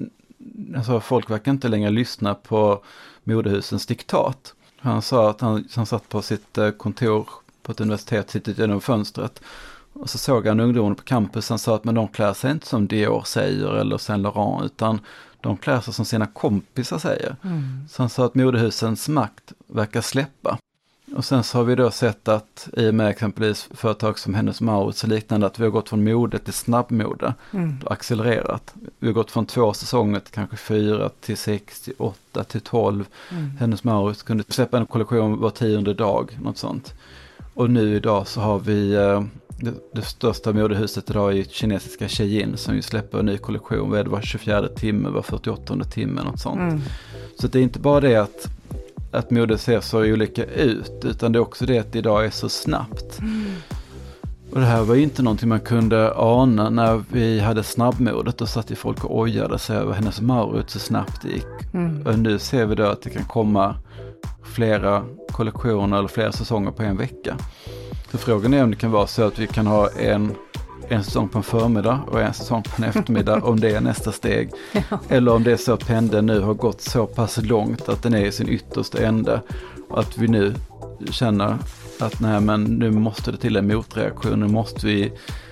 att folk verkar inte längre lyssna på modehusens diktat. Han sa att han satt på sitt kontor på ett universitet, sitter genom fönstret. Och så såg han ungdomarna på campusen, sa att men de klär sig inte som Dior säger eller Saint Laurent, utan de klär sig som sina kompisar säger. Så han sa att modehusens makt verkar släppa. Och sen så har vi då sett att i och med exempelvis företag som Hennes & Mauritz och liknande, att vi har gått från mode till snabbmode och accelererat. Vi har gått från 2 säsonger till kanske 4 till 6 till 8 till 12. Hennes & Mauritz kunde släppa en kollektion var 10:e dag, något sånt. Och nu idag så har vi det största modehuset idag i kinesiska Shein som ju släpper en ny kollektion var 24 timme, var 48 timme, något sånt. Så det är inte bara det att mode ser så olika ut, utan det är också det att idag är så snabbt. Och det här var ju inte någonting man kunde ana när vi hade snabbmodet och satt i folk och ojade sig över Hennes & Mauritz så snabbt det gick. Och nu ser vi då att det kan komma flera kollektioner eller flera säsonger på en vecka. Så frågan är om det kan vara så att vi kan ha en säsong på en förmiddag och en säsong på en eftermiddag, om det är nästa steg. Eller om det är så att pendeln nu har gått så pass långt att den är i sin yttersta ände och att vi nu känner att nu måste det till en motreaktion, nu måste vi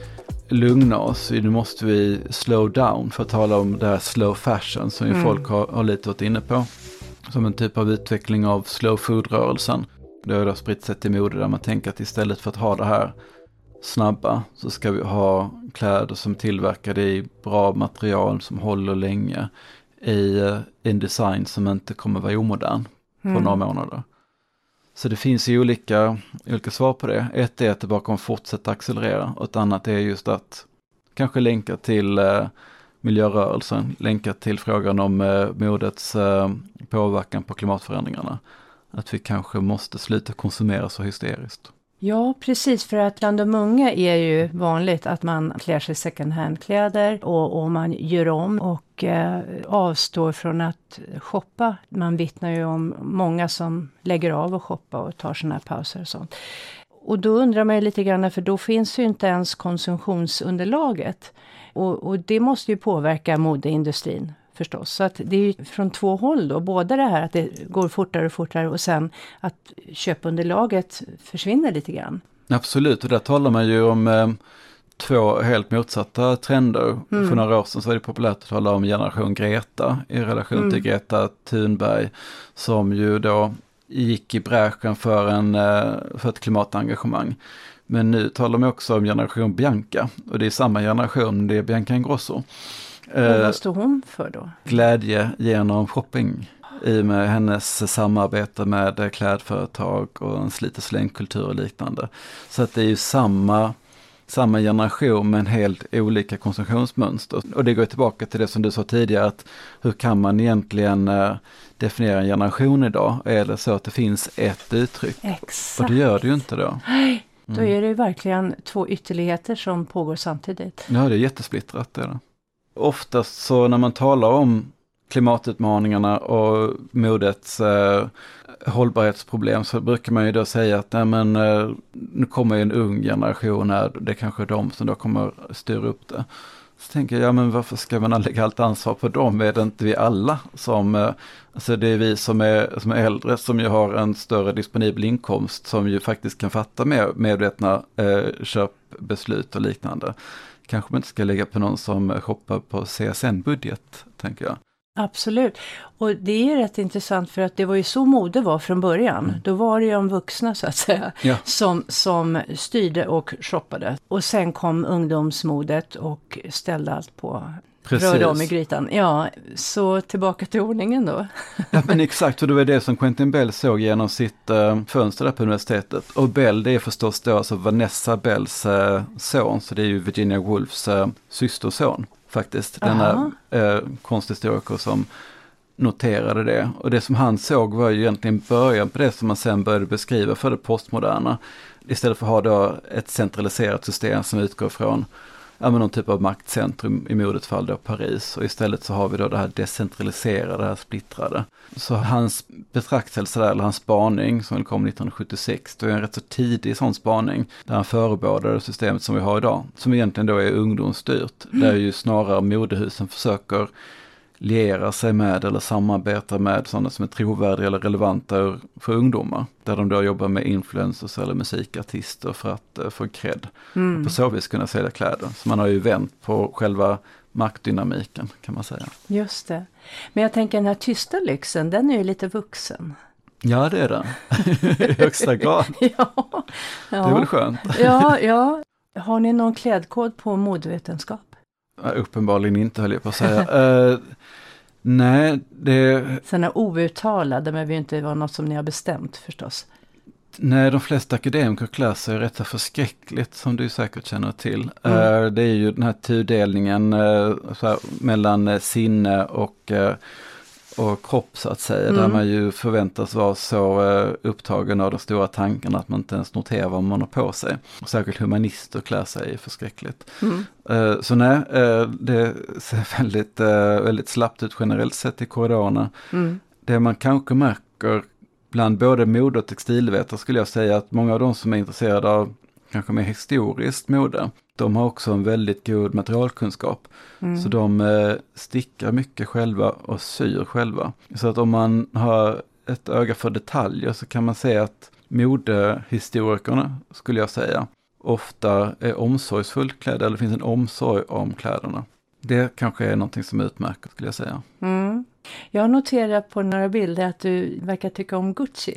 lugna oss, nu måste vi slow down, för att tala om det här slow fashion som ju folk har lite varit inne på. Som en typ av utveckling av slow food-rörelsen. Det har då spritt sig till mode där man tänker att istället för att ha det här snabba så ska vi ha kläder som är tillverkade i bra material som håller länge i en design som inte kommer vara omodern på några månader. Så det finns ju olika svar på det. Ett är att det bara kommer fortsätta accelerera och ett annat är just att kanske länka till miljörörelsen, länka till frågan om modets påverkan på klimatförändringarna. Att vi kanske måste sluta konsumera så hysteriskt. Ja, precis, för att bland de unga är ju vanligt att man klär sig second hand-kläder och man gör om och avstår från att shoppa. Man vittnar ju om många som lägger av att shoppa och tar såna här pauser och sånt. Och då undrar man ju lite grann, för då finns ju inte ens konsumtionsunderlaget. Och det måste ju påverka modeindustrin förstås. Så att det är ju från 2 håll då. Både det här att det går fortare och fortare och sen att köpunderlaget försvinner lite grann. Absolut, och där talar man ju om 2 helt motsatta trender. För några år sedan så var det populärt att tala om generation Greta i relation till Greta Thunberg som ju då gick i bräschen för ett klimatengagemang. Men nu talar man också om generation Bianca och det är samma generation, det är Bianca Ingrosso. Och vad står hon för då? Glädje genom shopping i och med hennes samarbete med klädföretag och en slit- och slängkultur och liknande. Så att det är ju samma generation med en helt olika konsumtionsmönster. Och det går tillbaka till det som du sa tidigare, att hur kan man egentligen definiera en generation idag? Är det så att det finns ett uttryck? Exakt. Och det gör det ju inte då. Nej, då är det verkligen 2 ytterligheter som pågår samtidigt. Ja, det är jättesplittrat det är det. Oftast så när man talar om klimatutmaningarna och modets hållbarhetsproblem så brukar man ju då säga att nu kommer en ung generation här, det är kanske de som då kommer styra upp det. Så tänker jag, men varför ska man lägga allt ansvar på dem? Är det inte vi alla som, alltså det är vi som är äldre som ju har en större disponibel inkomst som ju faktiskt kan fatta mer medvetna köpbeslut och liknande. Kanske man inte ska lägga på någon som shoppar på CSN-budget, tänker jag. Absolut. Och det är rätt intressant för att det var ju så mode var från början. Då var det ju de vuxna så att säga som styrde och shoppade. Och sen kom ungdomsmodet och ställde allt på... Rörde om i grytan. Ja, så tillbaka till ordningen då. Ja, men exakt, och det var det som Quentin Bell såg genom sitt fönster där på universitetet. Och Bell, det är förstås då alltså Vanessa Bells son, så det är ju Virginia Woolfs systerson faktiskt. Denna konsthistoriker som noterade det. Och det som han såg var ju egentligen början på det som man sen började beskriva för det postmoderna. Istället för att ha då ett centraliserat system som utgår från någon typ av maktcentrum, i modets fall då Paris, och istället så har vi då det här decentraliserade, det här splittrade. Så hans betraktelse där, eller hans spaning som kom 1976, då är en rätt så tidig sån spaning där han förebådade systemet som vi har idag, som egentligen då är ungdomsstyrt, där ju snarare modehusen försöker liera sig med eller samarbeta med sådana som är trovärdiga eller relevanta för ungdomar. Där de då jobbar med influencers eller musikartister för att få cred. Och på så vis kunna sälja kläder. Så man har ju vänt på själva maktdynamiken, kan man säga. Just det. Men jag tänker den här tysta lyxen, den är ju lite vuxen. Ja, det är den. I högsta grad. Ja. Det är väl skönt. Ja. Har ni någon klädkod på modevetenskap? Uppenbarligen inte, höll jag på att säga. Nej, det... Sen är outtalade, men det inte vara något som ni har bestämt förstås. Nej, de flesta akademiker klär sig rätt så förskräckligt, som du säkert känner till. Det är ju den här tudelningen mellan sinne och kropp så att säga, där man ju förväntas vara så upptagen av de stora tankarna att man inte ens noterar vad man har på sig. Och särskilt humanister klär sig förskräckligt. Så nej, det ser väldigt slappt ut generellt sett i korridorerna. Det man kanske märker bland både mode och textilvetare skulle jag säga att många av de som är intresserade av kanske mer historiskt mode, de har också en väldigt god materialkunskap. Så de stickar mycket själva och syr själva. Så att om man har ett öga för detaljer så kan man säga att modehistorikerna, skulle jag säga, ofta är omsorgsfullt klädda, eller finns en omsorg om kläderna. Det kanske är någonting som utmärker, skulle jag säga. Jag har noterat på några bilder att du verkar tycka om Gucci.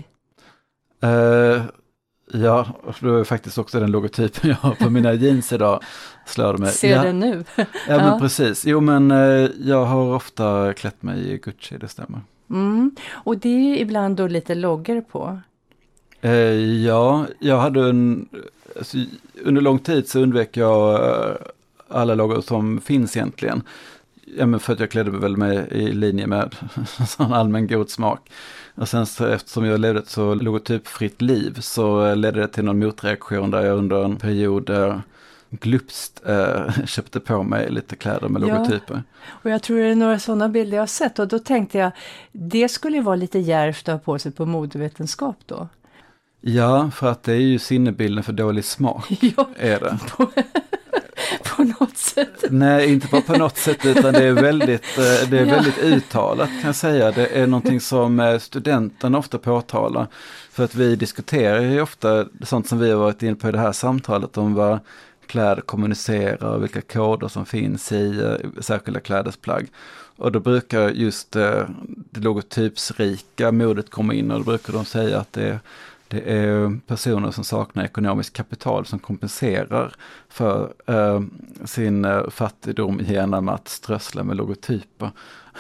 Ja, det är faktiskt också den logotypen jag har på mina jeans idag. Slår mig. Ser det nu? Ja, men precis. Jo, men jag har ofta klätt mig i Gucci, det stämmer. Och det är ju ibland då lite loggor på. Ja, jag hade under lång tid så undvek jag alla loggor som finns egentligen. Ja, men för att jag klädde mig väl med i linje med sån allmän god smak. Och sen så, eftersom jag levde ett så logotypfritt liv, så ledde det till någon motreaktion där jag under en period glupst köpte på mig lite kläder med logotyper. Och jag tror det är några sådana bilder jag har sett, och då tänkte jag, det skulle ju vara lite djärvt att ha på sig på modevetenskap då. Ja, för att det är ju sinnebilden för dålig smak, är det. På något sätt. Nej, inte bara på något sätt, utan det är väldigt uttalat, kan jag säga. Det är någonting som studenterna ofta påtalar. För att vi diskuterar ju ofta sånt som vi har varit inne på i det här samtalet, om vad kläder kommunicerar och vilka koder som finns i särskilda klädesplagg. Och då brukar just det logotypsrika modet komma in, och då brukar de säga att det är personer som saknar ekonomiskt kapital som kompenserar för sin fattigdom genom att strössla med logotyper.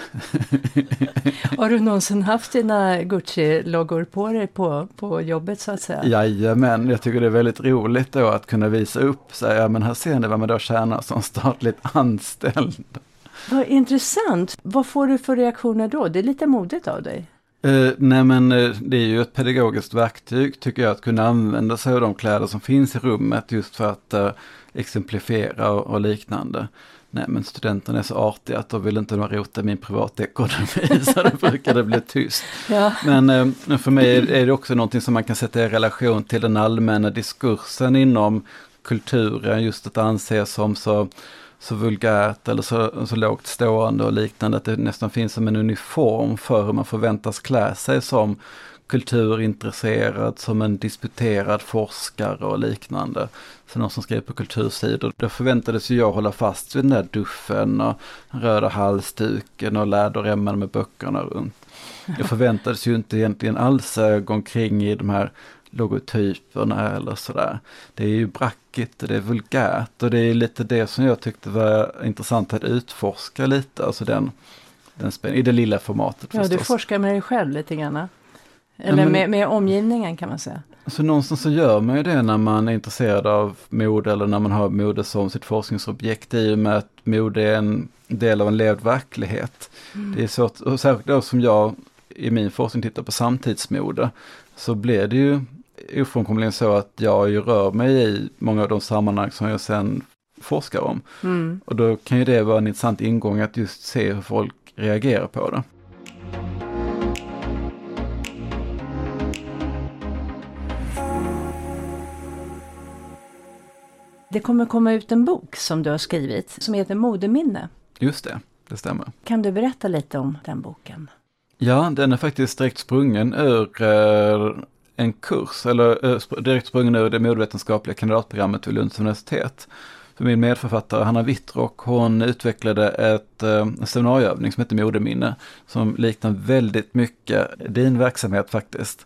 Har du någonsin haft dina Gucci-loggor på dig på jobbet så att säga? Jajamän, jag tycker det är väldigt roligt då att kunna visa upp sig. Ja, men här ser ni vad man då tjänar som statligt anställd. Vad intressant. Vad får du för reaktioner då? Det är lite modigt av dig. Nej, men det är ju ett pedagogiskt verktyg, tycker jag, att kunna använda sig av de kläder som finns i rummet just för att exemplifiera och liknande. Nej, men studenterna är så artiga att de vill inte rota min privatekonomi, så då brukar det bli tyst. Ja. Men för mig är det också någonting som man kan sätta i relation till den allmänna diskursen inom kulturen, just att anses som så vulgärt eller så lågt stående och liknande, att det nästan finns som en uniform för hur man förväntas klä sig som kulturintresserad, som en disputerad forskare och liknande. Så någon som skrev på kultursidor. Då förväntades ju jag hålla fast vid den där duffen och röda halsduken och läderremmen med böckerna runt. Jag förväntades ju inte egentligen alls gå omkring i de här logotyperna eller sådär. Det är ju brackigt och det är vulgärt och det är lite det som jag tyckte var intressant att utforska lite, alltså den i det lilla formatet förstås. Ja, du forskar med dig själv lite grann. Eller med omgivningen kan man säga. Så någonstans så gör man ju det när man är intresserad av mode eller när man har mode som sitt forskningsobjekt, i och med att mode är en del av en levd verklighet. Det är svårt, och särskilt då som jag i min forskning tittar på samtidsmode, så blir det ju ofrånkomligen så att jag ju rör mig i många av de sammanhang som jag sen forskar om. Och då kan ju det vara en intressant ingång att just se hur folk reagerar på det. Det kommer komma ut en bok som du har skrivit som heter Modeminne. Just det stämmer. Kan du berätta lite om den boken? Ja, den är faktiskt direkt sprungen ur en kurs, eller direkt sprungen ur det modevetenskapliga kandidatprogrammet vid Lunds universitet. För min medförfattare Hanna Wittrock, hon utvecklade en seminarieövning som heter Modeminne, som liknar väldigt mycket din verksamhet faktiskt.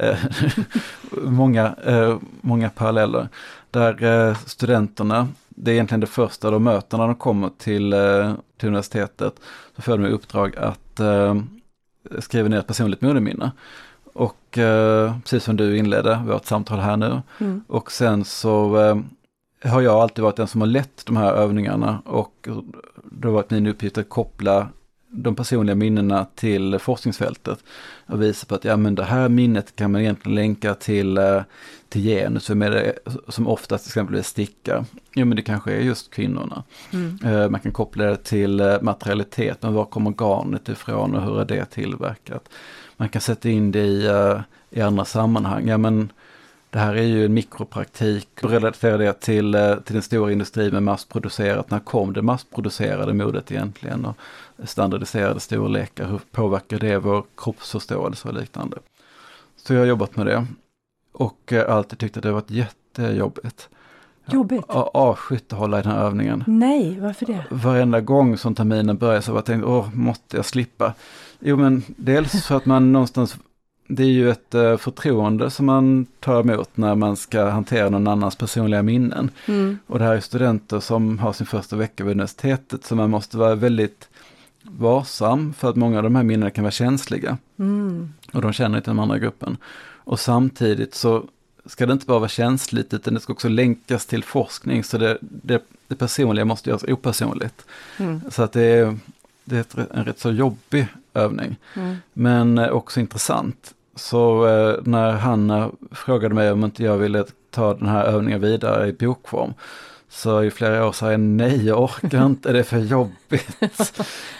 Många paralleller. Där studenterna, det är egentligen det första de möter när de kommer till universitetet, så får de i uppdrag att skriva ner ett personligt modeminne. Och precis som du inledde vårt samtal här nu. Och sen så har jag alltid varit den som har lett de här övningarna, och det har varit min uppgift att koppla de personliga minnena till forskningsfältet och visa på att det här minnet kan man egentligen länka till genus, som oftast exempelvis stickar. Men det kanske är just kvinnorna. Man kan koppla det till materialitet, men var kommer garnet ifrån och hur är det tillverkat? Man kan sätta in det i andra sammanhang. Men det här är ju en mikropraktik, och relatera det till den stora industrin med massproducerat. När kom det massproducerade modet egentligen, och standardiserade storlekar, hur påverkar det vår kroppsförståelse och liknande. Så jag har jobbat med det, och jag har alltid tyckt att det har varit jättejobbigt. Jobbigt? Jag har avskytt att hålla i den här övningen. Nej, varför det? Varenda gång som terminen börjar så har jag tänkt, måste jag slippa? Jo, men dels för att man någonstans, det är ju ett förtroende som man tar emot när man ska hantera någon annans personliga minnen. Och det här är studenter som har sin första vecka vid universitetet, så man måste vara väldigt varsam, för att många av de här minnena kan vara känsliga. Och de känner inte den andra gruppen. Och samtidigt så ska det inte bara vara känsligt, utan det ska också länkas till forskning, så det personliga måste göras opersonligt. Så att det är en rätt så jobbig övning, men också intressant. Så när Hanna frågade mig om inte jag ville ta den här övningen vidare i bokform, så i flera år sa jag nej, jag orkar inte, det är för jobbigt.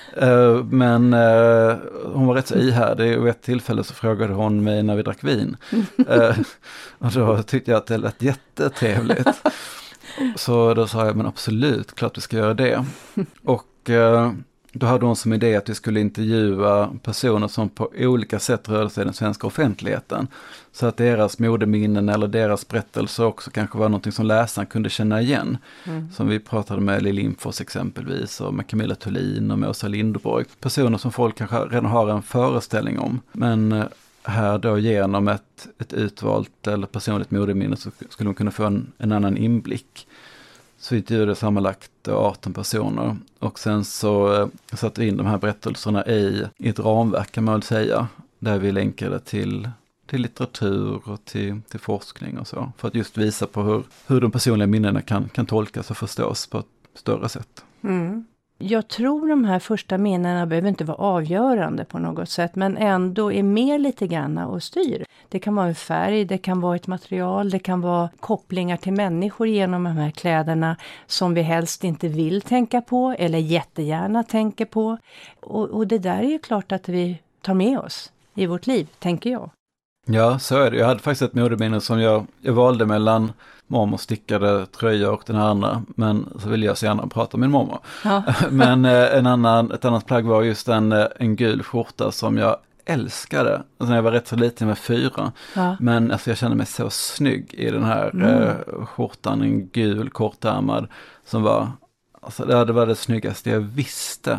Men hon var rätt så ihärdig, och vid ett tillfälle så frågade hon mig när vi drack vin. Och då tyckte jag att det lät jättetrevligt. Så då sa jag, men absolut, klart vi ska göra det. Och då hade hon som idé att vi skulle intervjua personer som på olika sätt rörde sig i den svenska offentligheten. Så att deras modeminnen eller deras berättelser också kanske var någonting som läsaren kunde känna igen. Som vi pratade med Lill Lindfors exempelvis, och med Camilla Thulin och med Åsa Linderborg. Personer som folk kanske redan har en föreställning om. Men här då genom ett utvalt eller personligt modeminne så skulle de kunna få en annan inblick. Så intervjuade sammanlagt 18 personer, och sen så satte vi in de här berättelserna i ett ramverk, kan man väl säga, där vi länkade till litteratur och till forskning och så, för att just visa på hur de personliga minnena kan tolkas och förstås på ett större sätt. Jag tror de här första minnena behöver inte vara avgörande på något sätt, men ändå är med lite grann och styr. Det kan vara en färg, det kan vara ett material, det kan vara kopplingar till människor genom de här kläderna som vi helst inte vill tänka på eller jättegärna tänker på. Och det där är ju klart att vi tar med oss i vårt liv, tänker jag. Ja, så är det. Jag hade faktiskt ett modeminne som jag valde mellan mormor stickade tröjor och den här andra, men så ville jag så gärna prata om min mormor. Ja. Men ett annat plagg var just en gul skjorta som jag älskade, alltså när jag var rätt så liten, med 4. Ja. Men alltså jag kände mig så snygg i den här skjortan, en gul kortärmad som var, alltså det var det snyggaste jag visste.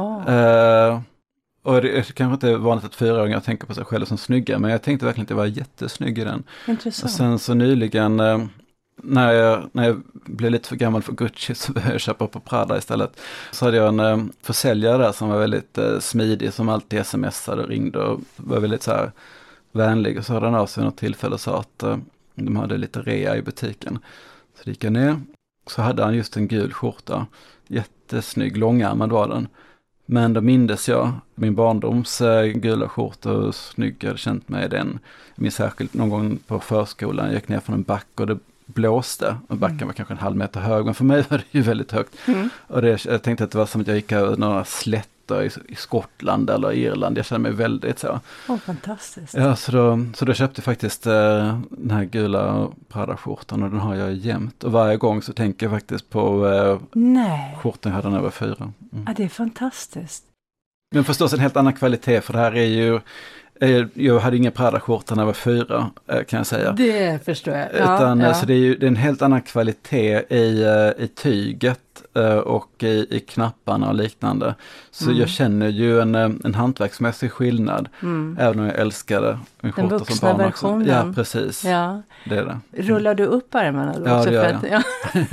Och det kanske inte är vanligt att 4-åringar tänker på sig själva som snygga, men jag tänkte verkligen att jag var jättesnygg i den. Intressant. Och sen så nyligen, när jag blev lite för gammal för Gucci, så började jag köpa på Prada istället. Så hade jag en försäljare där som var väldigt smidig, som alltid smsade och ringde och var väldigt så här vänlig. Och så hade han av sig något tillfälle och sa att de hade lite rea i butiken. Så gick jag ner, så hade han just en gul skjorta, jättesnygg, långärmad var den. Men då mindes jag min barndoms gula skjorta och snygg, jag hade känt mig i den. Jag minns särskilt någon gång på förskolan, jag gick ner från en back och det blåste. Och backen var kanske en halv meter hög, men för mig var det ju väldigt högt. Och jag tänkte att det var som att jag gick över några slätter i Skottland eller Irland. Jag kände mig väldigt så. Fantastiskt. Ja, så då köpte jag faktiskt den här gula Prada-skjortan, och den har jag jämt. Och varje gång så tänker jag faktiskt på skjortan jag hade när jag var 4. Ja, det är fantastiskt. Men förstås en helt annan kvalitet, för det här är ju, jag hade ingen Prada-skjorta när jag var 4, kan jag säga. Det förstår jag. Så det är en helt annan kvalitet i tyget och i knapparna och liknande. Så jag känner ju en hantverksmässig skillnad, även om jag älskade min skjorta den vuxna som barn versionen. också. Ja, precis. Ja. Det är det. Rullar du upp ärmarna då? Ja, också det gör jag.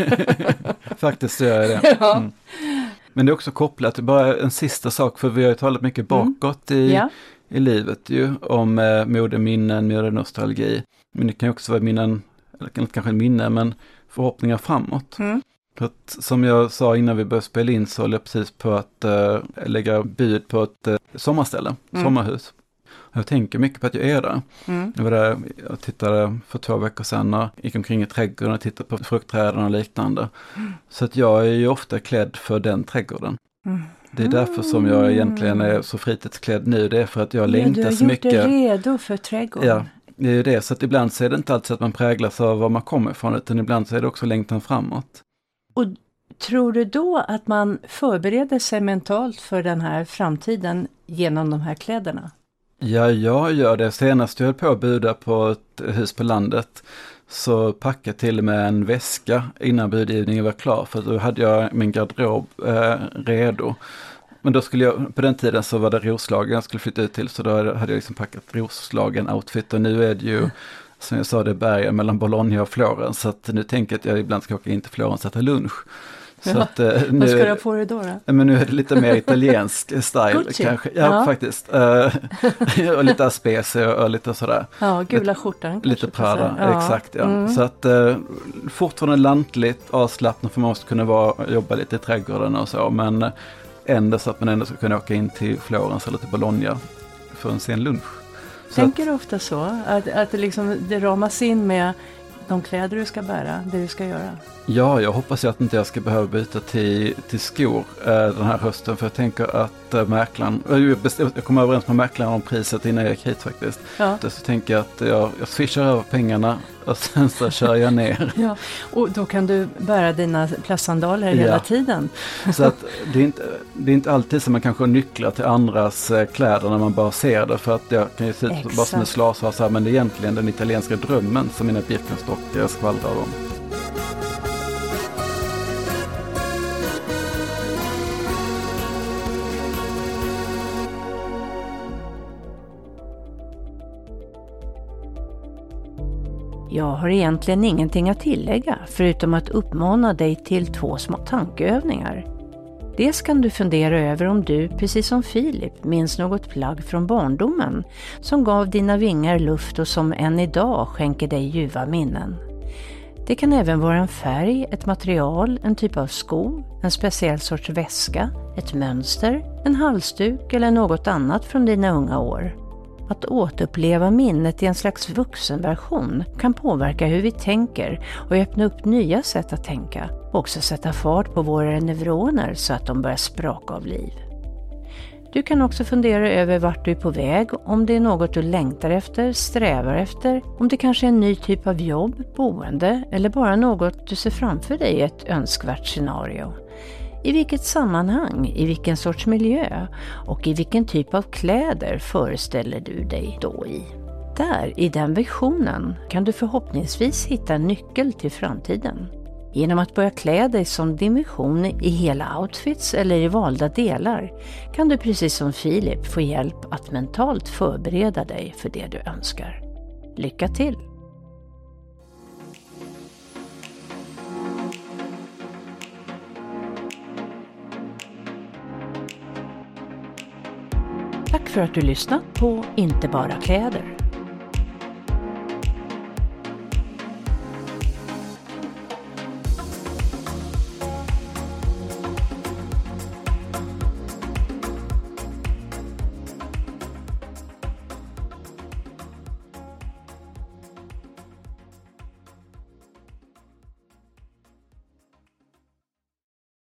Faktiskt gör jag det. Ja. Men det är också kopplat till bara en sista sak, för vi har ju talat mycket bakåt i livet ju, om modeminnen, modenostalgi. Men det kan ju också vara minnen, eller kanske en minne, men förhoppningar framåt. För att, som jag sa innan vi började spela in, så håller jag precis på att lägga bud på ett sommarställe, sommarhus. Jag tänker mycket på att jag är där. Jag var där, jag tittade för 2 veckor sedan och gick omkring i trädgården och tittade på fruktträden och liknande. Så att jag är ju ofta klädd för den trädgården. Det är därför som jag egentligen är så fritidsklädd nu. Det är för att jag längtar så mycket. Du har gjort dig redo för trädgården. Ja, det är ju det. Så att ibland så är det inte alltid att man präglas av var man kommer ifrån, utan ibland så är det också längtan framåt. Och tror du då att man förbereder sig mentalt för den här framtiden genom de här kläderna? Ja, jag gör det. Senast jag höll på att buda på ett hus på landet, så packade jag till med en väska innan budgivningen var klar, för då hade jag min garderob redo. Men då skulle jag, på den tiden så var det Roslagen jag skulle flytta ut till, så då hade jag liksom packat Roslagen-outfit, och nu är det ju, som jag sa, det bergen mellan Bologna och Florens, så att nu tänker jag att jag ibland ska åka in till Florens och äta lunch. Så att, nu, vad ska du på dig då? Men nu är det lite mer italiensk style. Gucci. Kanske. Ja, faktiskt. Och lite Aspesi och lite sådär. Ja, gula skjortan. Lite Prada, exakt. Ja. Så att fortfarande lantligt, avslappnat, för man måste kunna jobba lite i trädgården och så. Men ändå så att man ändå ska kunna åka in till Florens eller till Bologna för en sen lunch. Tänker du ofta så? Att det ramas in med de kläder du ska bära, det du ska göra? Ja, jag hoppas ju att inte jag ska behöva byta till skor den här hösten, för jag tänker att mäklaren, jag kom överens med mäklaren om priset innan jag gick hit faktiskt. Ja. Så tänker jag att jag swishar över pengarna och sen så kör jag ner. Ja, och då kan du bära dina plastsandaler hela tiden. Så att det är inte alltid som man kanske nycklar till andras kläder när man bara ser det, för att jag kan ju se ut bara som en slasvasa, men det är egentligen den italienska drömmen som mina Birkenstock skvallrar om. Jag har egentligen ingenting att tillägga, förutom att uppmana dig till 2 små tankeövningar. Dels kan du fundera över om du, precis som Filip, minns något plagg från barndomen som gav dina vingar luft och som än idag skänker dig ljuva minnen. Det kan även vara en färg, ett material, en typ av sko, en speciell sorts väska, ett mönster, en halsduk eller något annat från dina unga år. Att återuppleva minnet i en slags vuxenversion kan påverka hur vi tänker och öppna upp nya sätt att tänka, och också sätta fart på våra neuroner så att de börjar spraka av liv. Du kan också fundera över vart du är på väg, om det är något du längtar efter, strävar efter, om det kanske är en ny typ av jobb, boende eller bara något du ser framför dig i ett önskvärt scenario. I vilket sammanhang, i vilken sorts miljö och i vilken typ av kläder föreställer du dig då i? Där, i den visionen, kan du förhoppningsvis hitta en nyckel till framtiden. Genom att börja klä dig som din vision i hela outfits eller i valda delar kan du precis som Filip få hjälp att mentalt förbereda dig för det du önskar. Lycka till! Tack för att du lyssnat på Inte bara kläder.